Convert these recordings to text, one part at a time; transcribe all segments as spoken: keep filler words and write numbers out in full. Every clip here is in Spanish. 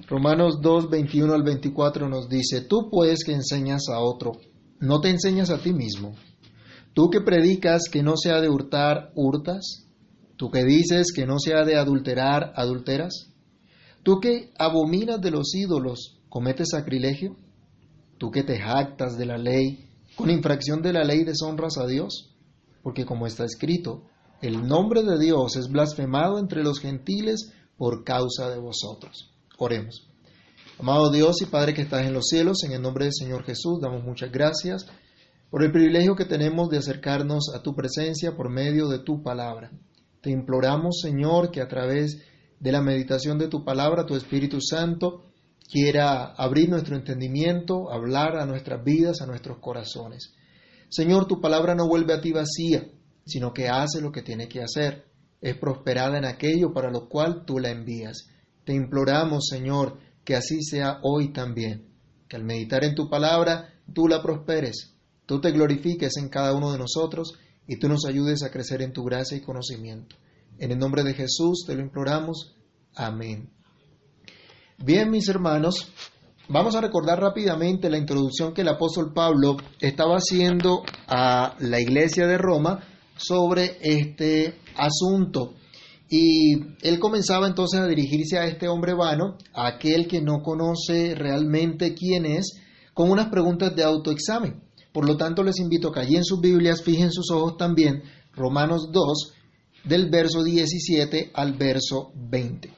Romanos dos, veintiuno al veinticuatro nos dice: tú pues que enseñas a otro, ¿no te enseñas a ti mismo? Tú que predicas que no se ha de hurtar, ¿hurtas? Tú que dices que no se ha de adulterar, ¿adulteras? Tú que abominas de los ídolos, ¿cometes sacrilegio? Tú que te jactas de la ley, ¿con infracción de la ley deshonras a Dios? Porque como está escrito, el nombre de Dios es blasfemado entre los gentiles por causa de vosotros. Oremos. Amado Dios y Padre que estás en los cielos, en el nombre del Señor Jesús, damos muchas gracias por el privilegio que tenemos de acercarnos a tu presencia por medio de tu palabra. Te imploramos, Señor, que a través de la meditación de tu palabra, tu Espíritu Santo quiera abrir nuestro entendimiento, hablar a nuestras vidas, a nuestros corazones. Señor, tu palabra no vuelve a ti vacía, sino que hace lo que tiene que hacer. Es prosperada en aquello para lo cual tú la envías. Te imploramos, Señor, que así sea hoy también, que al meditar en tu palabra, tú la prosperes, tú te glorifiques en cada uno de nosotros y tú nos ayudes a crecer en tu gracia y conocimiento. En el nombre de Jesús te lo imploramos. Amén. Bien, mis hermanos, vamos a recordar rápidamente la introducción que el apóstol Pablo estaba haciendo a la iglesia de Roma sobre este asunto. Y él comenzaba entonces a dirigirse a este hombre vano, a aquel que no conoce realmente quién es, con unas preguntas de autoexamen. Por lo tanto, les invito a que allí en sus Biblias fijen sus ojos también Romanos dos, del verso diecisiete al verso veinte.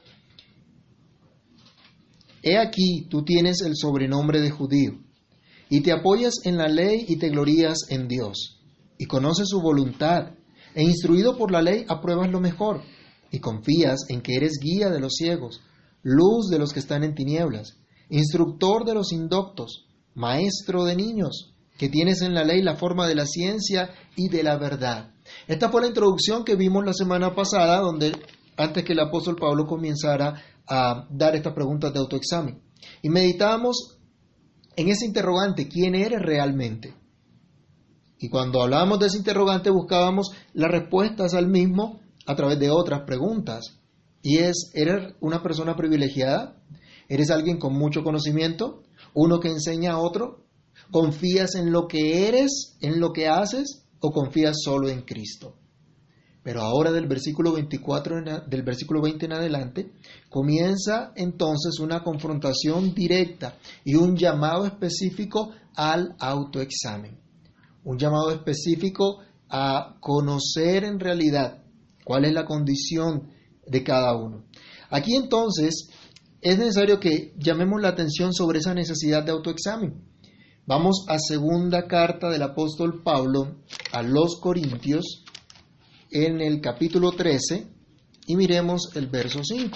He aquí, tú tienes el sobrenombre de judío, y te apoyas en la ley y te glorías en Dios, y conoces su voluntad, e instruido por la ley apruebas lo mejor, y confías en que eres guía de los ciegos, luz de los que están en tinieblas, instructor de los indoctos, maestro de niños, que tienes en la ley la forma de la ciencia y de la verdad. Esta fue la introducción que vimos la semana pasada, donde antes que el apóstol Pablo comenzara a dar estas preguntas de autoexamen. Y meditábamos en ese interrogante: ¿quién eres realmente? Y cuando hablábamos de ese interrogante buscábamos las respuestas al mismo a través de otras preguntas. Y es: ¿eres una persona privilegiada? ¿Eres alguien con mucho conocimiento? ¿Uno que enseña a otro? ¿Confías en lo que eres, en lo que haces, o confías solo en Cristo? Pero ahora del versículo veinticuatro, en, del versículo veinte en adelante, comienza entonces una confrontación directa y un llamado específico al autoexamen. Un llamado específico a conocer en realidad cuál es la condición de cada uno. Aquí entonces es necesario que llamemos la atención sobre esa necesidad de autoexamen. Vamos a segunda carta del apóstol Pablo a los Corintios, en el capítulo trece, y miremos el verso cinco.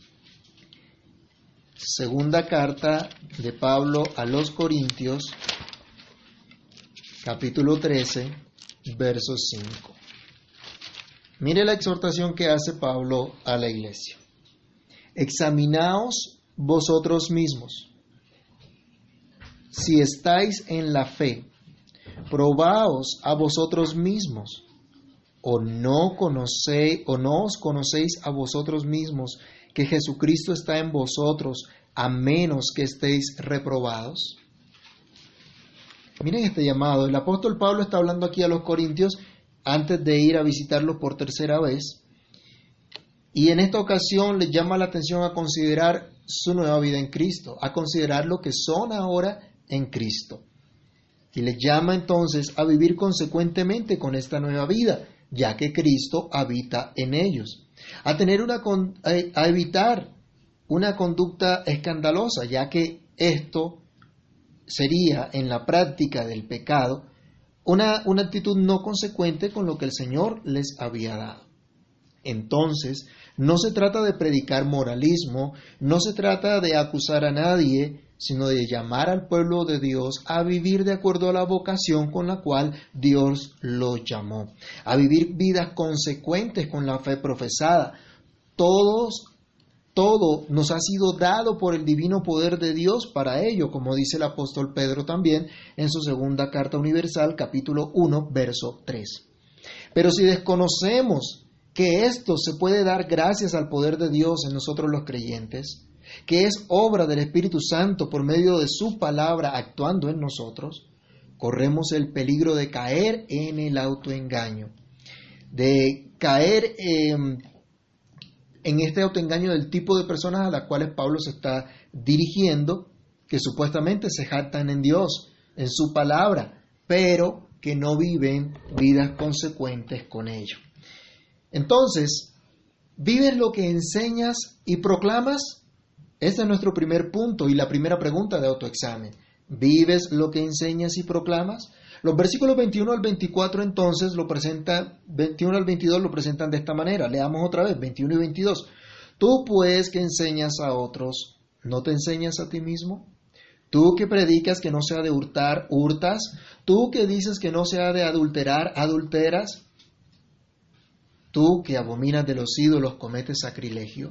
Segunda carta de Pablo a los Corintios, capítulo trece, verso cinco. Mire la exhortación que hace Pablo a la iglesia. Examinaos vosotros mismos, si estáis en la fe, probaos a vosotros mismos, o no conocéis, o no os conocéis a vosotros mismos que Jesucristo está en vosotros, a menos que estéis reprobados. Miren este llamado. El apóstol Pablo está hablando aquí a los corintios antes de ir a visitarlos por tercera vez, y en esta ocasión les llama la atención a considerar su nueva vida en Cristo, a considerar lo que son ahora en Cristo. Y les llama entonces a vivir consecuentemente con esta nueva vida, ya que Cristo habita en ellos. A tener una a evitar una conducta escandalosa, ya que esto sería en la práctica del pecado una, una actitud no consecuente con lo que el Señor les había dado. Entonces, no se trata de predicar moralismo, no se trata de acusar a nadie, sino de llamar al pueblo de Dios a vivir de acuerdo a la vocación con la cual Dios los llamó, a vivir vidas consecuentes con la fe profesada. Todos, todo nos ha sido dado por el divino poder de Dios para ello, como dice el apóstol Pedro también en su segunda carta universal, capítulo uno, verso tres. Pero si desconocemos que esto se puede dar gracias al poder de Dios en nosotros los creyentes, que es obra del Espíritu Santo por medio de su palabra actuando en nosotros, corremos el peligro de caer en el autoengaño, de caer eh, en este autoengaño del tipo de personas a las cuales Pablo se está dirigiendo, que supuestamente se jactan en Dios, en su palabra, pero que no viven vidas consecuentes con ello. Entonces, ¿vives lo que enseñas y proclamas? Este es nuestro primer punto y la primera pregunta de autoexamen. ¿Vives lo que enseñas y proclamas? Los versículos veintiuno al veinticuatro entonces lo presenta, veintiuno al veintidós lo presentan de esta manera. Leamos otra vez, veintiuno y veintidós. Tú pues que enseñas a otros, ¿no te enseñas a ti mismo? Tú que predicas que no se ha de hurtar, hurtas. Tú que dices que no se ha de adulterar, adulteras. Tú que abominas de los ídolos, cometes sacrilegio.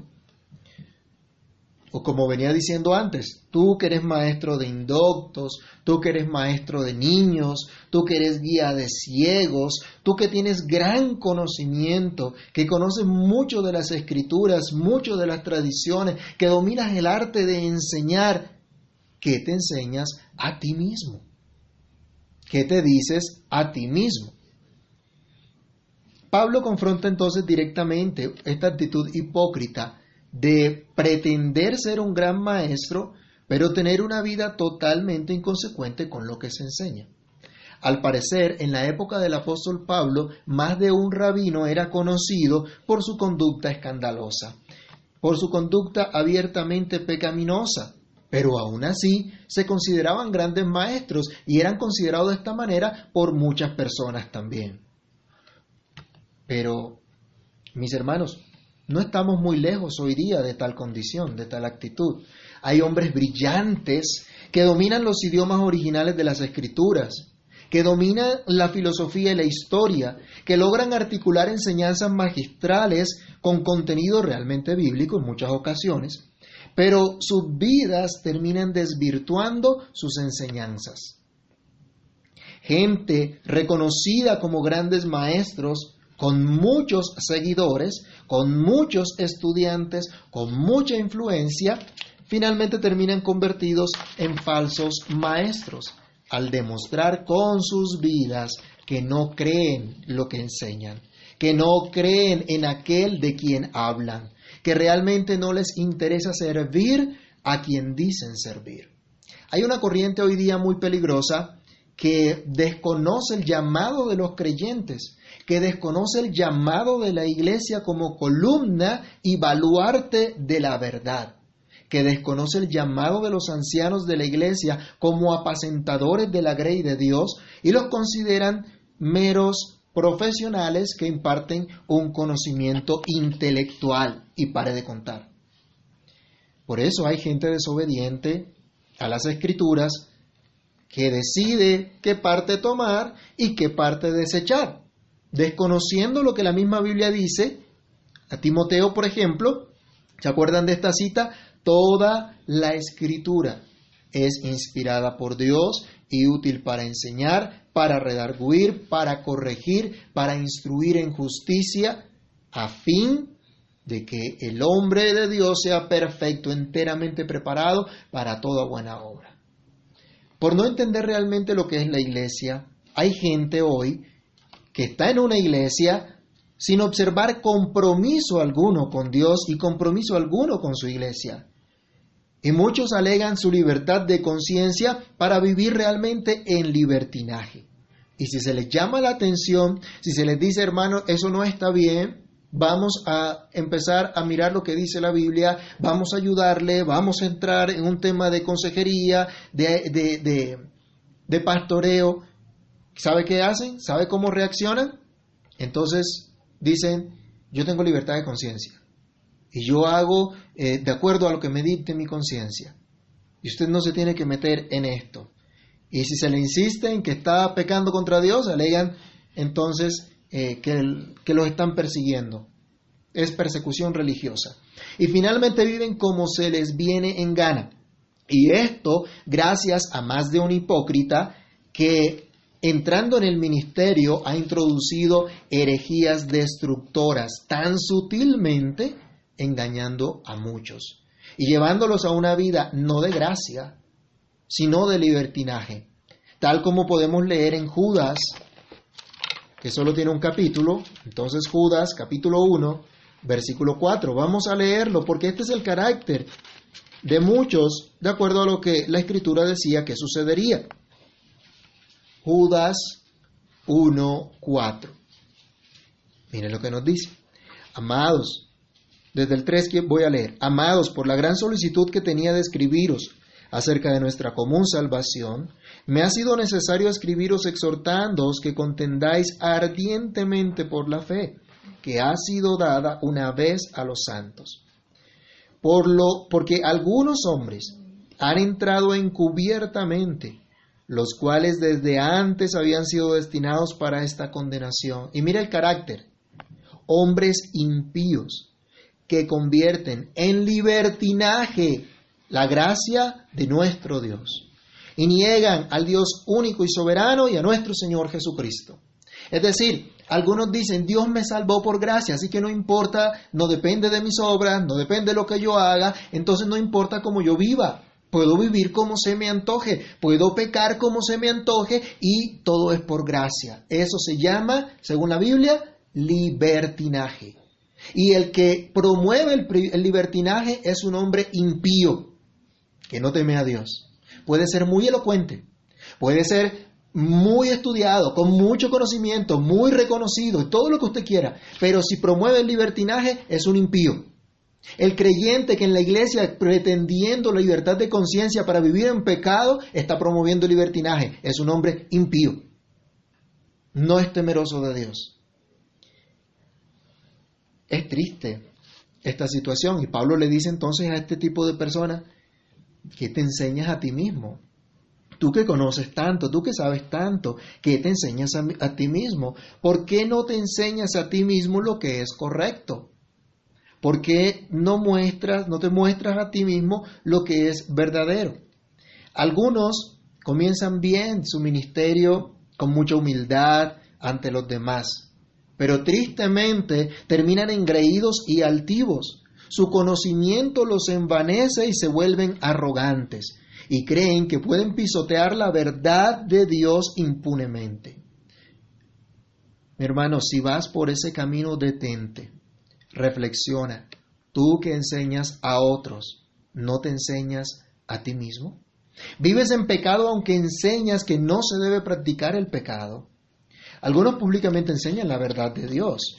O como venía diciendo antes, tú que eres maestro de indoctos, tú que eres maestro de niños, tú que eres guía de ciegos, tú que tienes gran conocimiento, que conoces mucho de las escrituras, mucho de las tradiciones, que dominas el arte de enseñar, ¿qué te enseñas a ti mismo? ¿Qué te dices a ti mismo? Pablo confronta entonces directamente esta actitud hipócrita de pretender ser un gran maestro, pero tener una vida totalmente inconsecuente con lo que se enseña. Al parecer, en la época del apóstol Pablo, más de un rabino era conocido por su conducta escandalosa, por su conducta abiertamente pecaminosa, pero aún así se consideraban grandes maestros y eran considerados de esta manera por muchas personas también. Pero, mis hermanos, no estamos muy lejos hoy día de tal condición, de tal actitud. Hay hombres brillantes que dominan los idiomas originales de las Escrituras, que dominan la filosofía y la historia, que logran articular enseñanzas magistrales con contenido realmente bíblico en muchas ocasiones, pero sus vidas terminan desvirtuando sus enseñanzas. Gente reconocida como grandes maestros, con muchos seguidores, con muchos estudiantes, con mucha influencia, finalmente terminan convertidos en falsos maestros, al demostrar con sus vidas que no creen lo que enseñan, que no creen en aquel de quien hablan, que realmente no les interesa servir a quien dicen servir. Hay una corriente hoy día muy peligrosa que desconoce el llamado de los creyentes, que desconoce el llamado de la iglesia como columna y baluarte de la verdad, que desconoce el llamado de los ancianos de la iglesia como apacentadores de la grey de Dios y los consideran meros profesionales que imparten un conocimiento intelectual y pare de contar. Por eso hay gente desobediente a las Escrituras que decide qué parte tomar y qué parte desechar, desconociendo lo que la misma Biblia dice. A Timoteo, por ejemplo, ¿se acuerdan de esta cita? Toda la Escritura es inspirada por Dios y útil para enseñar, para redarguir, para corregir, para instruir en justicia, a fin de que el hombre de Dios sea perfecto, enteramente preparado para toda buena obra. Por no entender realmente lo que es la iglesia, hay gente hoy que está en una iglesia sin observar compromiso alguno con Dios y compromiso alguno con su iglesia. Y muchos alegan su libertad de conciencia para vivir realmente en libertinaje. Y si se les llama la atención, si se les dice, hermano, eso no está bien, vamos a empezar a mirar lo que dice la Biblia, vamos a ayudarle, vamos a entrar en un tema de consejería, de, de, de, de pastoreo. ¿Sabe qué hacen? ¿Sabe cómo reaccionan? Entonces dicen, yo tengo libertad de conciencia y yo hago eh, de acuerdo a lo que me dicte mi conciencia. Y usted no se tiene que meter en esto. Y si se le insiste en que está pecando contra Dios, alegan entonces eh, que, el, que los están persiguiendo. Es persecución religiosa. Y finalmente viven como se les viene en gana. Y esto gracias a más de un hipócrita que, entrando en el ministerio, ha introducido herejías destructoras tan sutilmente engañando a muchos. y llevándolos a una vida no de gracia, sino de libertinaje, tal como podemos leer en Judas, que solo tiene un capítulo. Entonces Judas, capítulo uno, versículo cuatro. Vamos a leerlo porque este es el carácter de muchos, de acuerdo a lo que la Escritura decía que sucedería. Judas uno, cuatro. Miren lo que nos dice. Amados, desde el tres que voy a leer. Amados, por la gran solicitud que tenía de escribiros acerca de nuestra común salvación, me ha sido necesario escribiros exhortándoos que contendáis ardientemente por la fe, que ha sido dada una vez a los santos. Por lo, porque algunos hombres han entrado encubiertamente, los cuales desde antes habían sido destinados para esta condenación. Y mira el carácter, hombres impíos, que convierten en libertinaje la gracia de nuestro Dios, y niegan al Dios único y soberano y a nuestro Señor Jesucristo. Es decir, algunos dicen, Dios me salvó por gracia, así que no importa, no depende de mis obras, no depende de lo que yo haga, entonces no importa cómo yo viva, puedo vivir como se me antoje, puedo pecar como se me antoje y todo es por gracia. Eso se llama, según la Biblia, libertinaje. Y el que promueve el, el libertinaje es un hombre impío, que no teme a Dios. Puede ser muy elocuente, puede ser muy estudiado, con mucho conocimiento, muy reconocido, todo lo que usted quiera, pero si promueve el libertinaje es un impío. El creyente que en la iglesia, pretendiendo la libertad de conciencia para vivir en pecado, está promoviendo el libertinaje, es un hombre impío. No es temeroso de Dios. Es triste esta situación y Pablo le dice entonces a este tipo de personas, ¿qué te enseñas a ti mismo? Tú que conoces tanto, tú que sabes tanto, ¿qué te enseñas a, a ti mismo? ¿Por qué no te enseñas a ti mismo lo que es correcto? ¿Por qué no muestras, no te muestras a ti mismo lo que es verdadero? Algunos comienzan bien su ministerio con mucha humildad ante los demás, pero tristemente terminan engreídos y altivos. Su conocimiento los envanece y se vuelven arrogantes y creen que pueden pisotear la verdad de Dios impunemente. Mi hermano, si vas por ese camino, detente, reflexiona. Tú que enseñas a otros, ¿no te enseñas a ti mismo? ¿Vives en pecado aunque enseñas que no se debe practicar el pecado? Algunos públicamente enseñan la verdad de Dios.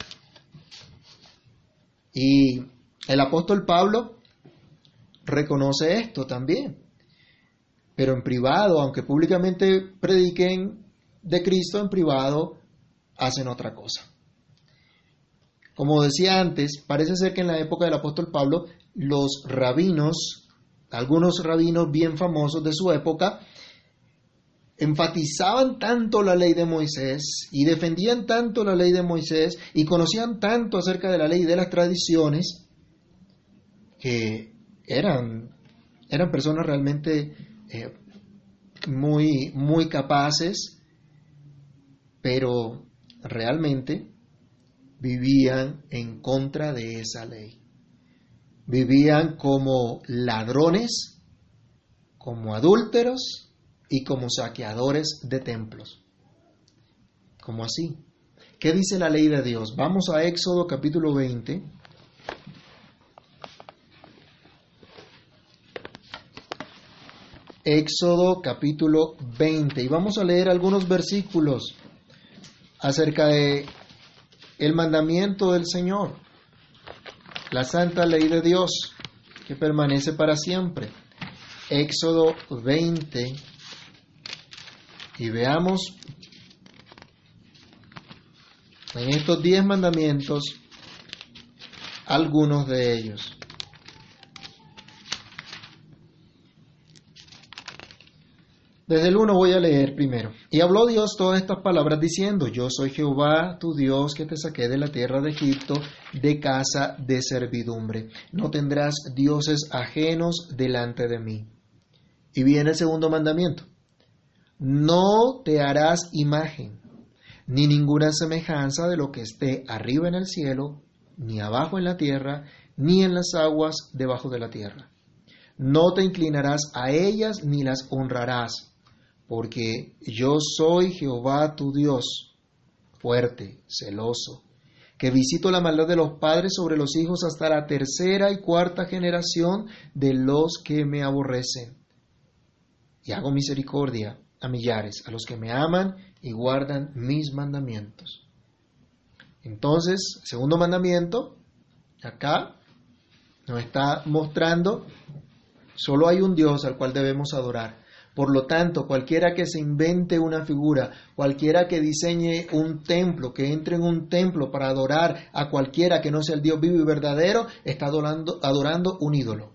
Y el apóstol Pablo reconoce esto también. Pero en privado, aunque públicamente prediquen de Cristo, en privado hacen otra cosa. Como decía antes, parece ser que en la época del apóstol Pablo, los rabinos, algunos rabinos bien famosos de su época, enfatizaban tanto la ley de Moisés y defendían tanto la ley de Moisés y conocían tanto acerca de la ley y de las tradiciones que eran, eran personas realmente eh, muy, muy capaces, pero realmente vivían en contra de esa ley. Vivían como ladrones, como adúlteros y como saqueadores de templos. ¿Cómo así? ¿Qué dice la ley de Dios? Vamos a Éxodo capítulo veinte. Éxodo capítulo veinte. Y vamos a leer algunos versículos acerca de el mandamiento del Señor, la santa ley de Dios que permanece para siempre. Éxodo veinte. Y veamos en estos diez mandamientos algunos de ellos. Desde el uno voy a leer primero. Y habló Dios todas estas palabras diciendo, yo soy Jehová, tu Dios, que te saqué de la tierra de Egipto, de casa de servidumbre. No tendrás dioses ajenos delante de mí. Y viene el segundo mandamiento. No te harás imagen, ni ninguna semejanza de lo que esté arriba en el cielo, ni abajo en la tierra, ni en las aguas debajo de la tierra. No te inclinarás a ellas ni las honrarás, porque yo soy Jehová tu Dios, fuerte, celoso, que visito la maldad de los padres sobre los hijos hasta la tercera y cuarta generación de los que me aborrecen. Y hago misericordia a millares, a los que me aman y guardan mis mandamientos. Entonces, segundo mandamiento, acá nos está mostrando, solo hay un Dios al cual debemos adorar. Por lo tanto, cualquiera que se invente una figura, cualquiera que diseñe un templo, que entre en un templo para adorar a cualquiera que no sea el Dios vivo y verdadero, está adorando, adorando un ídolo.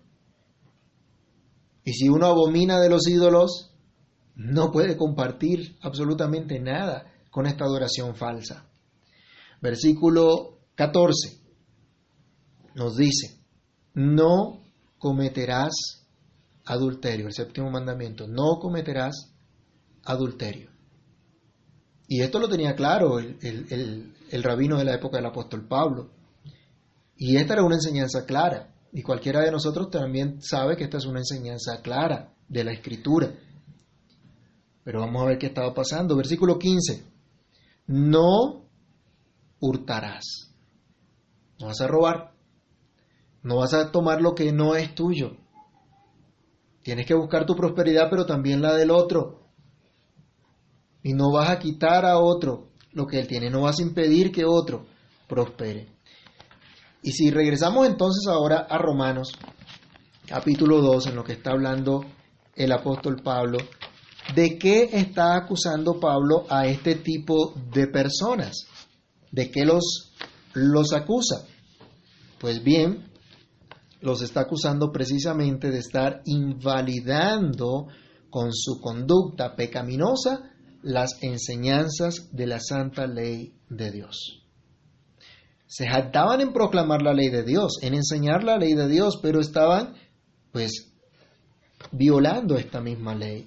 Y si uno abomina de los ídolos, no puede compartir absolutamente nada con esta adoración falsa. Versículo catorce nos dice, no cometerás adulterio, el séptimo mandamiento, no cometerás adulterio. Y esto lo tenía claro el, el, el, el rabino de la época del apóstol Pablo. Y esta era una enseñanza clara. Y cualquiera de nosotros también sabe que esta es una enseñanza clara de la Escritura. Pero vamos a ver qué estaba pasando. Versículo quince. No hurtarás. No vas a robar. No vas a tomar lo que no es tuyo. Tienes que buscar tu prosperidad, pero también la del otro. Y no vas a quitar a otro lo que él tiene. No vas a impedir que otro prospere. Y si regresamos entonces ahora a Romanos, capítulo dos, en lo que está hablando el apóstol Pablo, ¿de qué está acusando Pablo a este tipo de personas? ¿De qué los, los acusa? Pues bien, los está acusando precisamente de estar invalidando con su conducta pecaminosa las enseñanzas de la santa ley de Dios. Se jactaban en proclamar la ley de Dios, en enseñar la ley de Dios, pero estaban, pues, violando esta misma ley.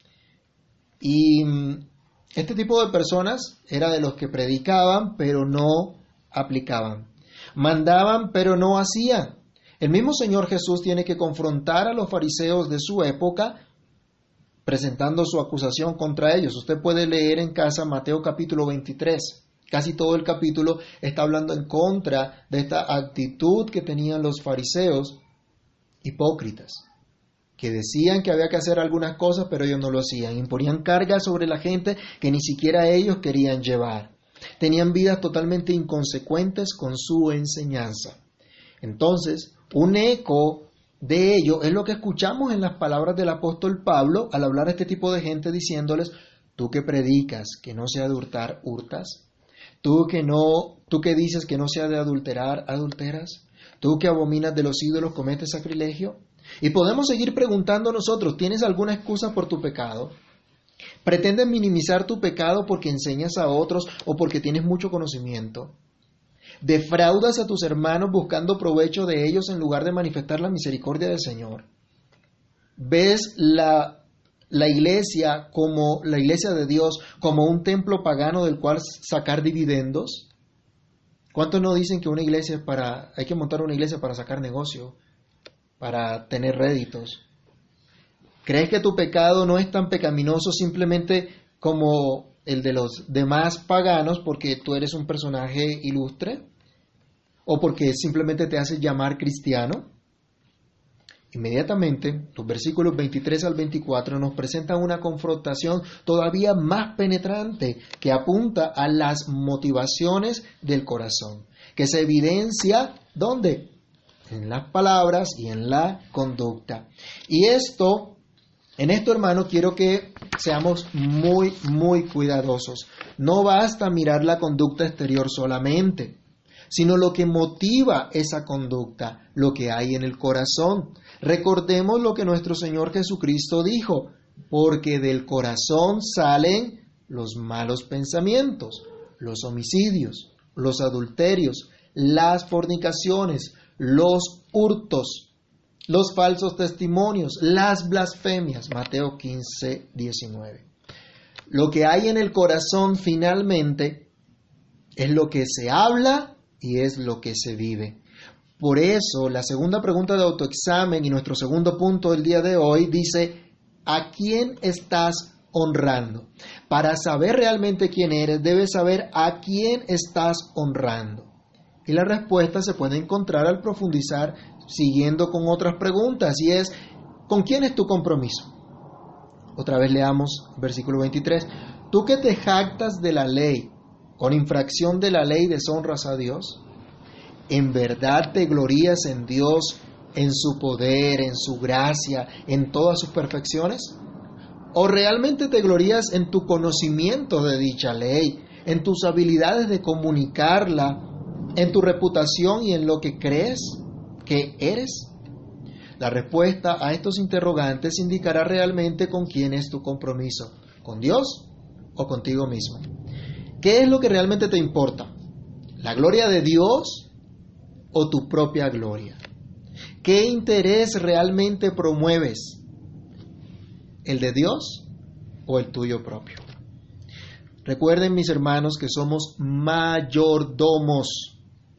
Y este tipo de personas era de los que predicaban, pero no aplicaban. Mandaban, pero no hacían. El mismo Señor Jesús tiene que confrontar a los fariseos de su época, presentando su acusación contra ellos. Usted puede leer en casa Mateo capítulo veintitrés. Casi todo el capítulo está hablando en contra de esta actitud que tenían los fariseos hipócritas, que decían que había que hacer algunas cosas, pero ellos no lo hacían. Imponían cargas sobre la gente que ni siquiera ellos querían llevar. Tenían vidas totalmente inconsecuentes con su enseñanza. Entonces, un eco de ello es lo que escuchamos en las palabras del apóstol Pablo al hablar a este tipo de gente diciéndoles, tú que predicas que no se ha de hurtar, hurtas. Tú que no, tú que dices que no se ha de adulterar, adulteras. Tú que abominas de los ídolos, cometes sacrilegio. Y podemos seguir preguntando nosotros, ¿tienes alguna excusa por tu pecado? ¿Pretendes minimizar tu pecado porque enseñas a otros o porque tienes mucho conocimiento? ¿Defraudas a tus hermanos buscando provecho de ellos en lugar de manifestar la misericordia del Señor? ¿Ves la la iglesia como la iglesia de Dios como un templo pagano del cual sacar dividendos? ¿Cuántos no dicen que una iglesia es para, hay que montar una iglesia para sacar negocio, para tener réditos? ¿Crees que tu pecado no es tan pecaminoso simplemente como el de los demás paganos porque tú eres un personaje ilustre? ¿O porque simplemente te haces llamar cristiano? Inmediatamente, los versículos veintitrés al veinticuatro nos presentan una confrontación todavía más penetrante que apunta a las motivaciones del corazón, que se evidencia, ¿dónde? En las palabras y en la conducta. Y esto, en esto, hermano, quiero que seamos muy, muy cuidadosos. No basta mirar la conducta exterior solamente, sino lo que motiva esa conducta, lo que hay en el corazón. Recordemos lo que nuestro Señor Jesucristo dijo, porque del corazón salen los malos pensamientos, los homicidios, los adulterios, las fornicaciones, los hurtos, los falsos testimonios, las blasfemias. Mateo quince, diecinueve. Lo que hay en el corazón finalmente es lo que se habla y es lo que se vive. Por eso, la segunda pregunta de autoexamen y nuestro segundo punto del día de hoy dice, ¿a quién estás honrando? Para saber realmente quién eres, debes saber a quién estás honrando. Y la respuesta se puede encontrar al profundizar siguiendo con otras preguntas, y es, ¿con quién es tu compromiso? Otra vez leamos versículo veintitrés. Tú que te jactas de la ley, con infracción de la ley deshonras a Dios. ¿En verdad te glorías en Dios, en su poder, en su gracia, en todas sus perfecciones? ¿O realmente te glorías en tu conocimiento de dicha ley, en tus habilidades de comunicarla, en tu reputación y en lo que crees que eres? La respuesta a estos interrogantes indicará realmente con quién es tu compromiso, ¿con Dios o contigo mismo? ¿Qué es lo que realmente te importa? ¿La gloria de Dios o tu propia gloria? ¿Qué interés realmente promueves? ¿El de Dios o el tuyo propio? Recuerden, mis hermanos, que somos mayordomos,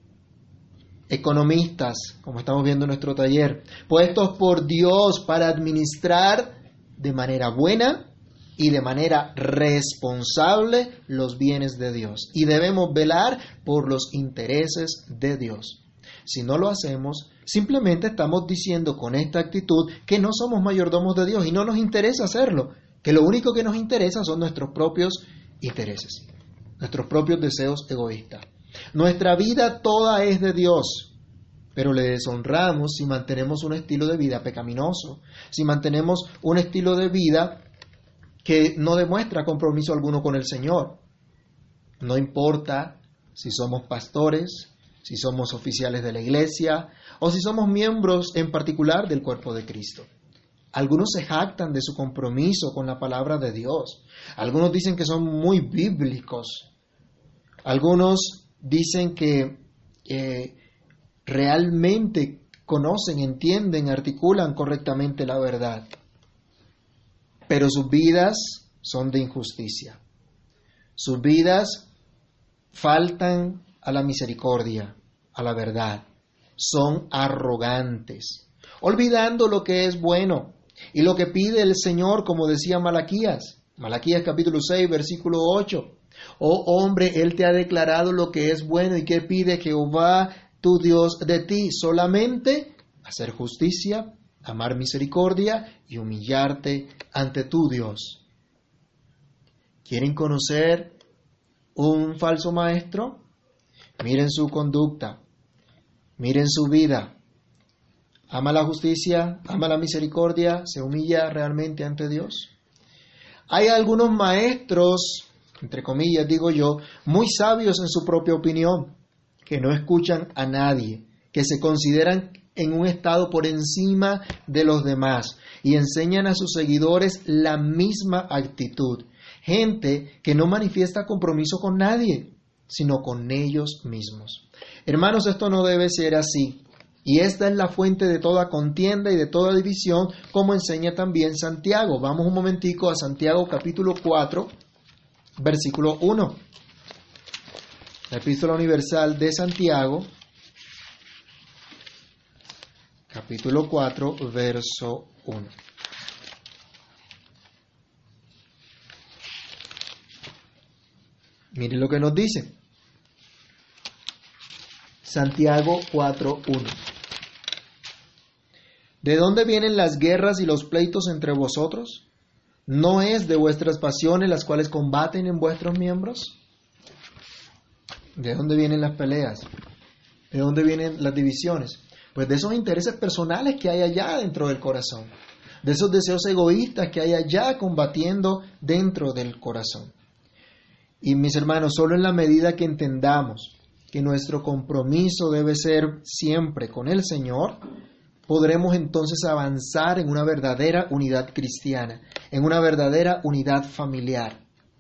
economistas, como estamos viendo en nuestro taller, puestos por Dios para administrar de manera buena y de manera responsable los bienes de Dios. Y debemos velar por los intereses de Dios. Si no lo hacemos, simplemente estamos diciendo con esta actitud que no somos mayordomos de Dios y no nos interesa hacerlo, que lo único que nos interesa son nuestros propios intereses, nuestros propios deseos egoístas. Nuestra vida toda es de Dios, pero le deshonramos si mantenemos un estilo de vida pecaminoso, si mantenemos un estilo de vida que no demuestra compromiso alguno con el Señor. No importa si somos pastores, si somos oficiales de la iglesia o si somos miembros en particular del cuerpo de Cristo. Algunos se jactan de su compromiso con la palabra de Dios. Algunos dicen que son muy bíblicos. Algunos dicen que eh, realmente conocen, entienden, articulan correctamente la verdad. Pero sus vidas son de injusticia. Sus vidas faltan a la misericordia, a la verdad. Son arrogantes, olvidando lo que es bueno y lo que pide el Señor, como decía Malaquías. Malaquías capítulo seis, versículo ocho. Oh hombre, Él te ha declarado lo que es bueno y que pide Jehová tu Dios de ti, solamente hacer justicia, amar misericordia y humillarte ante tu Dios. ¿Quieren conocer un falso maestro? Miren su conducta, miren su vida. ¿Ama la justicia? ¿Ama la misericordia? ¿Se humilla realmente ante Dios? Hay algunos maestros, entre comillas digo yo, muy sabios en su propia opinión, que no escuchan a nadie, que se consideran en un estado por encima de los demás y enseñan a sus seguidores la misma actitud. Gente que no manifiesta compromiso con nadie, sino con ellos mismos. Hermanos, esto no debe ser así. Y esta es la fuente de toda contienda y de toda división, como enseña también Santiago. Vamos un momentico a Santiago capítulo cuatro, versículo uno. La Epístola Universal de Santiago, capítulo cuatro, verso uno. Miren lo que nos dice. Santiago cuatro uno. ¿De dónde vienen las guerras y los pleitos entre vosotros? ¿No es de vuestras pasiones las cuales combaten en vuestros miembros? ¿De dónde vienen las peleas? ¿De dónde vienen las divisiones? Pues de esos intereses personales que hay allá dentro del corazón, de esos deseos egoístas que hay allá combatiendo dentro del corazón. Y mis hermanos, solo en la medida que entendamos que nuestro compromiso debe ser siempre con el Señor, podremos entonces avanzar en una verdadera unidad cristiana, en una verdadera unidad familiar.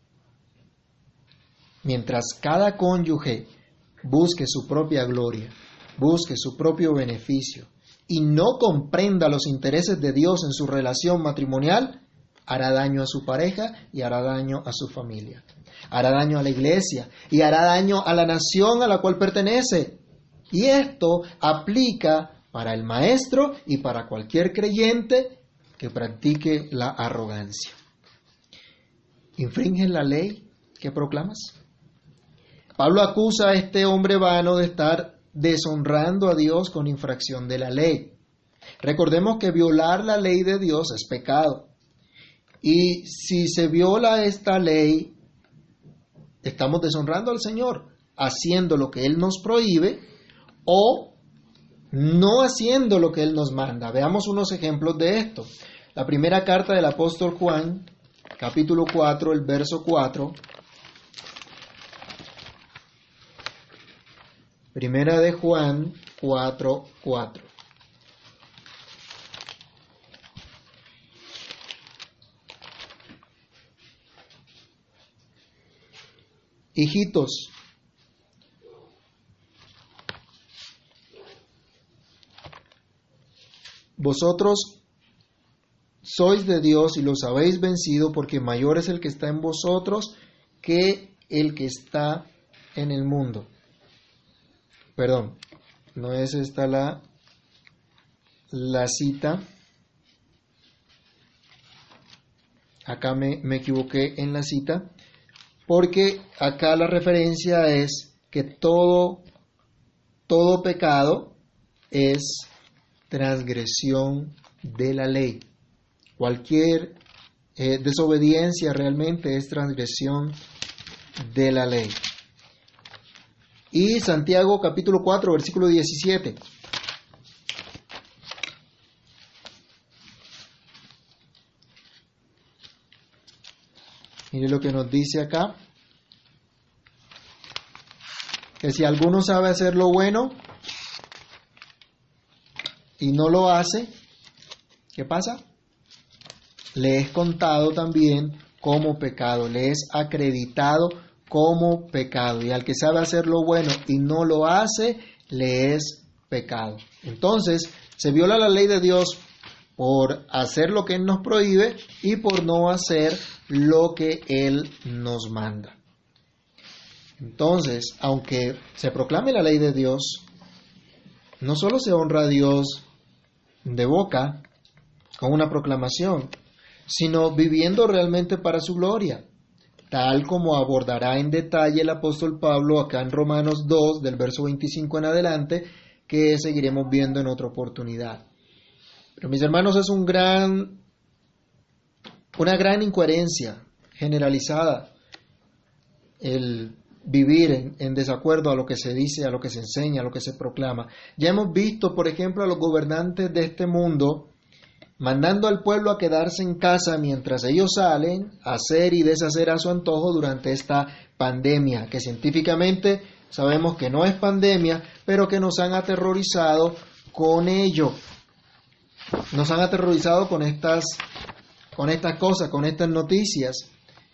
Mientras cada cónyuge busque su propia gloria, busque su propio beneficio y no comprenda los intereses de Dios en su relación matrimonial, hará daño a su pareja y hará daño a su familia. Hará daño a la iglesia y hará daño a la nación a la cual pertenece Y esto aplica para el maestro y para cualquier creyente que practique la arrogancia. ¿Infringes la ley que proclamas? Pablo acusa a este hombre vano de estar deshonrando a Dios con infracción de la ley. Recordemos que violar la ley de Dios es pecado. Y si se viola esta ley, estamos deshonrando al Señor, haciendo lo que Él nos prohíbe o no haciendo lo que Él nos manda. Veamos unos ejemplos de esto. La primera carta del apóstol Juan, capítulo cuatro, el verso cuatro. Primera de Juan cuatro, cuatro. Hijitos, vosotros sois de Dios y los habéis vencido, porque mayor es el que está en vosotros que el que está en el mundo. Perdón, no es esta la, la cita. Acá me, me equivoqué en la cita, porque acá la referencia es que todo, todo pecado es transgresión de la ley. Cualquier eh, desobediencia realmente es transgresión de la ley. Y Santiago capítulo cuatro, versículo diecisiete. Mire lo que nos dice acá. Que si alguno sabe hacer lo bueno y no lo hace, ¿qué pasa? Le es contado también como pecado, le es acreditado como pecado. Y al que sabe hacer lo bueno y no lo hace, le es pecado. Entonces, se viola la ley de Dios por hacer lo que Él nos prohíbe y por no hacer lo que Él nos manda. Entonces, aunque se proclame la ley de Dios, no solo se honra a Dios de boca con una proclamación, sino viviendo realmente para su gloria, tal como abordará en detalle el apóstol Pablo acá en Romanos dos, del verso veinticinco en adelante, que seguiremos viendo en otra oportunidad. Pero mis hermanos, es un gran, una gran incoherencia generalizada el vivir en, en desacuerdo a lo que se dice, a lo que se enseña, a lo que se proclama. Ya hemos visto, por ejemplo, a los gobernantes de este mundo mandando al pueblo a quedarse en casa mientras ellos salen a hacer y deshacer a su antojo durante esta pandemia, que científicamente sabemos que no es pandemia, pero que nos han aterrorizado con ello. Nos han aterrorizado con estas, con estas cosas, con estas noticias.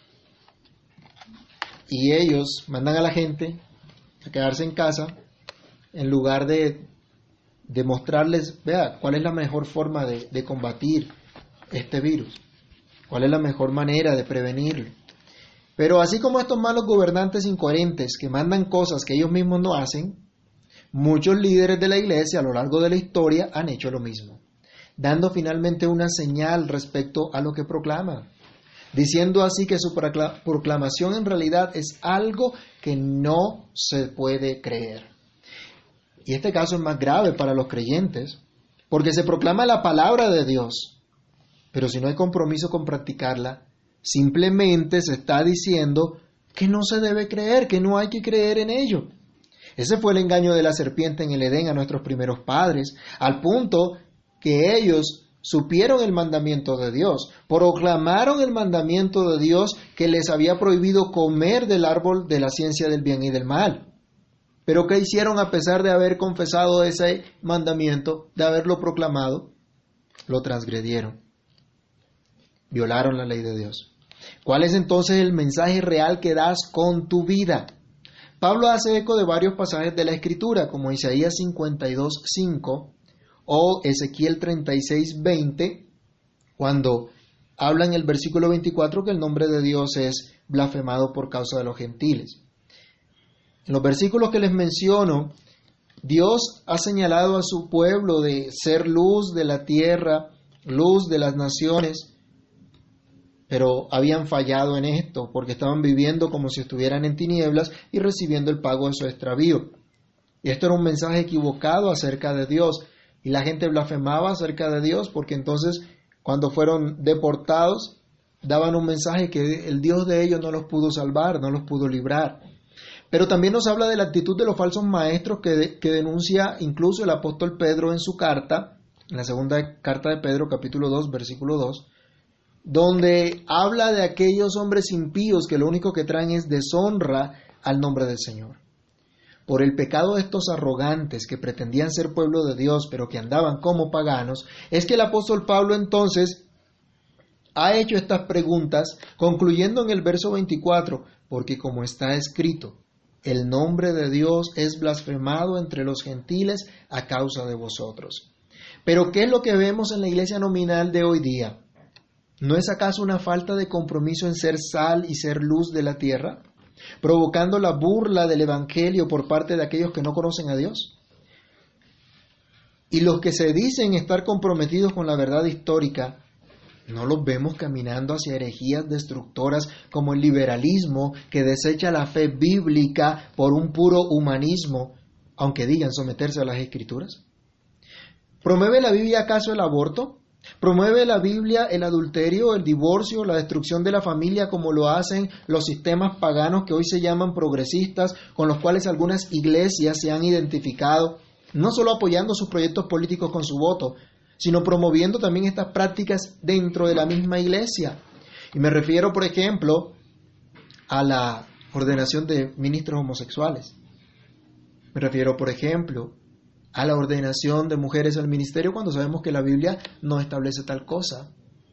Y ellos mandan a la gente a quedarse en casa en lugar de, de mostrarles, vea, cuál es la mejor forma de, de combatir este virus, cuál es la mejor manera de prevenirlo. Pero así como estos malos gobernantes incoherentes que mandan cosas que ellos mismos no hacen, muchos líderes de la iglesia a lo largo de la historia han hecho lo mismo, dando finalmente una señal respecto a lo que proclaman, diciendo así que su proclamación en realidad es algo que no se puede creer. Y este caso es más grave para los creyentes, porque se proclama la palabra de Dios, pero si no hay compromiso con practicarla, simplemente se está diciendo que no se debe creer, que no hay que creer en ello. Ese fue el engaño de la serpiente en el Edén a nuestros primeros padres, al punto que ellos supieron el mandamiento de Dios, proclamaron el mandamiento de Dios que les había prohibido comer del árbol de la ciencia del bien y del mal. Pero ¿qué hicieron a pesar de haber confesado ese mandamiento, de haberlo proclamado? Lo transgredieron, violaron la ley de Dios. ¿Cuál es entonces el mensaje real que das con tu vida? Pablo hace eco de varios pasajes de la Escritura, como Isaías cincuenta y dos, cinco, o Ezequiel treinta y seis, veinte, cuando habla en el versículo veinticuatro que el nombre de Dios es blasfemado por causa de los gentiles. En los versículos que les menciono, Dios ha señalado a su pueblo de ser luz de la tierra, luz de las naciones, pero habían fallado en esto porque estaban viviendo como si estuvieran en tinieblas y recibiendo el pago de su extravío. Y esto era un mensaje equivocado acerca de Dios. Y la gente blasfemaba acerca de Dios porque entonces cuando fueron deportados daban un mensaje que el Dios de ellos no los pudo salvar, no los pudo librar. Pero también nos habla de la actitud de los falsos maestros que, de, que denuncia incluso el apóstol Pedro en su carta, en la segunda carta de Pedro, capítulo dos, versículo dos, donde habla de aquellos hombres impíos que lo único que traen es deshonra al nombre del Señor. Por el pecado de estos arrogantes que pretendían ser pueblo de Dios, pero que andaban como paganos, es que el apóstol Pablo entonces ha hecho estas preguntas, concluyendo en el verso veinticuatro, porque como está escrito, el nombre de Dios es blasfemado entre los gentiles a causa de vosotros. Pero ¿qué es lo que vemos en la iglesia nominal de hoy día? ¿No es acaso una falta de compromiso en ser sal y ser luz de la tierra, provocando la burla del evangelio por parte de aquellos que no conocen a Dios? Y los que se dicen estar comprometidos con la verdad histórica, ¿no los vemos caminando hacia herejías destructoras como el liberalismo que desecha la fe bíblica por un puro humanismo, aunque digan someterse a las Escrituras? ¿Promueve la Biblia acaso el aborto? ¿Promueve la Biblia el adulterio, el divorcio, la destrucción de la familia como lo hacen los sistemas paganos que hoy se llaman progresistas, con los cuales algunas iglesias se han identificado, no solo apoyando sus proyectos políticos con su voto, sino promoviendo también estas prácticas dentro de la misma iglesia? Y me refiero, por ejemplo, a la ordenación de ministros homosexuales. Me refiero, por ejemplo, a la ordenación de mujeres al ministerio cuando sabemos que la Biblia no establece tal cosa.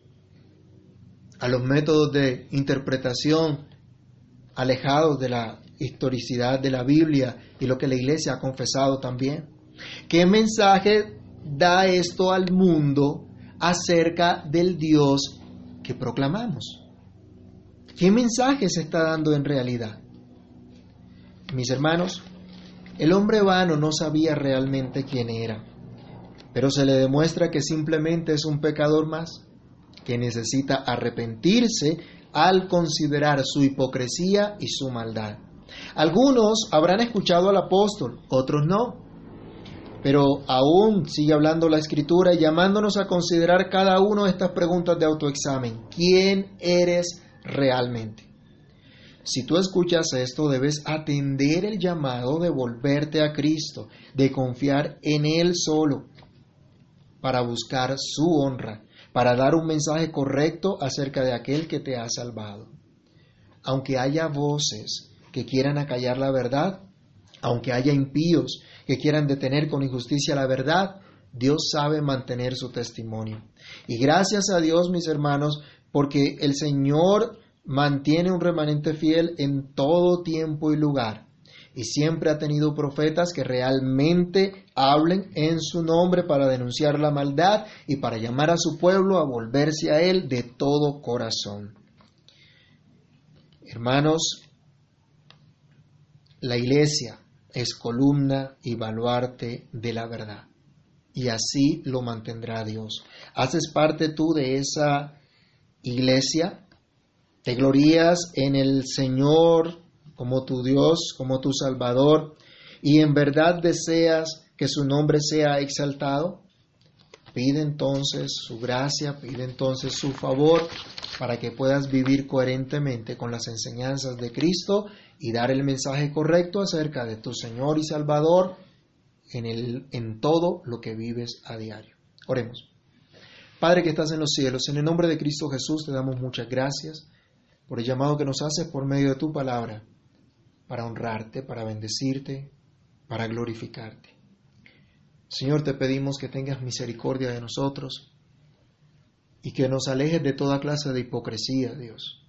A los métodos de interpretación alejados de la historicidad de la Biblia y lo que la iglesia ha confesado también. ¿Qué mensaje da esto al mundo acerca del Dios que proclamamos? ¿Qué mensaje se está dando en realidad? Mis hermanos, el hombre vano no sabía realmente quién era, pero se le demuestra que simplemente es un pecador más, que necesita arrepentirse al considerar su hipocresía y su maldad. Algunos habrán escuchado al apóstol, otros no. Pero aún sigue hablando la Escritura y llamándonos a considerar cada uno de estas preguntas de autoexamen. ¿Quién eres realmente? Si tú escuchas esto, debes atender el llamado de volverte a Cristo, de confiar en Él solo, para buscar su honra, para dar un mensaje correcto acerca de aquel que te ha salvado. Aunque haya voces que quieran acallar la verdad, aunque haya impíos que quieran detener con injusticia la verdad, Dios sabe mantener su testimonio. Y gracias a Dios, mis hermanos, porque el Señor mantiene un remanente fiel en todo tiempo y lugar. Y siempre ha tenido profetas que realmente hablen en su nombre para denunciar la maldad y para llamar a su pueblo a volverse a Él de todo corazón. Hermanos, la iglesia es columna y baluarte de la verdad. Y así lo mantendrá Dios. ¿Haces parte tú de esa iglesia? ¿Te glorías en el Señor como tu Dios, como tu Salvador? ¿Y en verdad deseas que su nombre sea exaltado? Pide entonces su gracia, pide entonces su favor para que puedas vivir coherentemente con las enseñanzas de Cristo y dar el mensaje correcto acerca de tu Señor y Salvador en, el, en todo lo que vives a diario. Oremos. Padre que estás en los cielos, en el nombre de Cristo Jesús te damos muchas gracias por el llamado que nos haces por medio de tu palabra para honrarte, para bendecirte, para glorificarte. Señor, te pedimos que tengas misericordia de nosotros y que nos alejes de toda clase de hipocresía, Dios.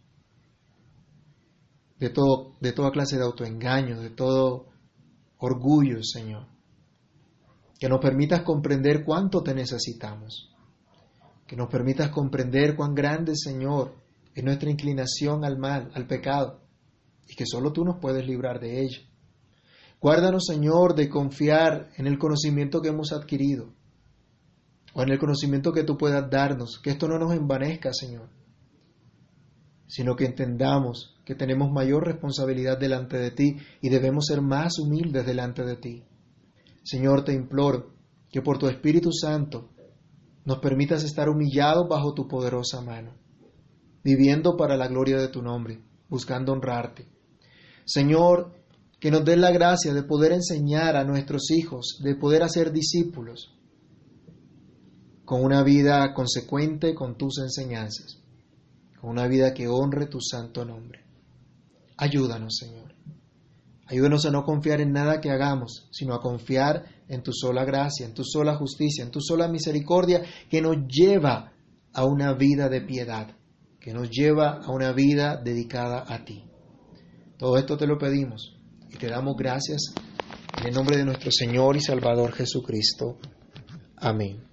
De, todo, de toda clase de autoengaño, de todo orgullo, Señor. Que nos permitas comprender cuánto te necesitamos. Que nos permitas comprender cuán grande, Señor, es nuestra inclinación al mal, al pecado, y que solo tú nos puedes librar de ello. Guárdanos, Señor, de confiar en el conocimiento que hemos adquirido o en el conocimiento que tú puedas darnos, que esto no nos envanezca, Señor, sino que entendamos que tenemos mayor responsabilidad delante de ti y debemos ser más humildes delante de ti. Señor, te imploro que por tu Espíritu Santo nos permitas estar humillados bajo tu poderosa mano, viviendo para la gloria de tu nombre, buscando honrarte. Señor, que nos des la gracia de poder enseñar a nuestros hijos, de poder hacer discípulos, con una vida consecuente con tus enseñanzas, con una vida que honre tu santo nombre. Ayúdanos, Señor. Ayúdanos a no confiar en nada que hagamos, sino a confiar en tu sola gracia, en tu sola justicia, en tu sola misericordia, que nos lleva a una vida de piedad, que nos lleva a una vida dedicada a ti. Todo esto te lo pedimos y te damos gracias en el nombre de nuestro Señor y Salvador Jesucristo. Amén.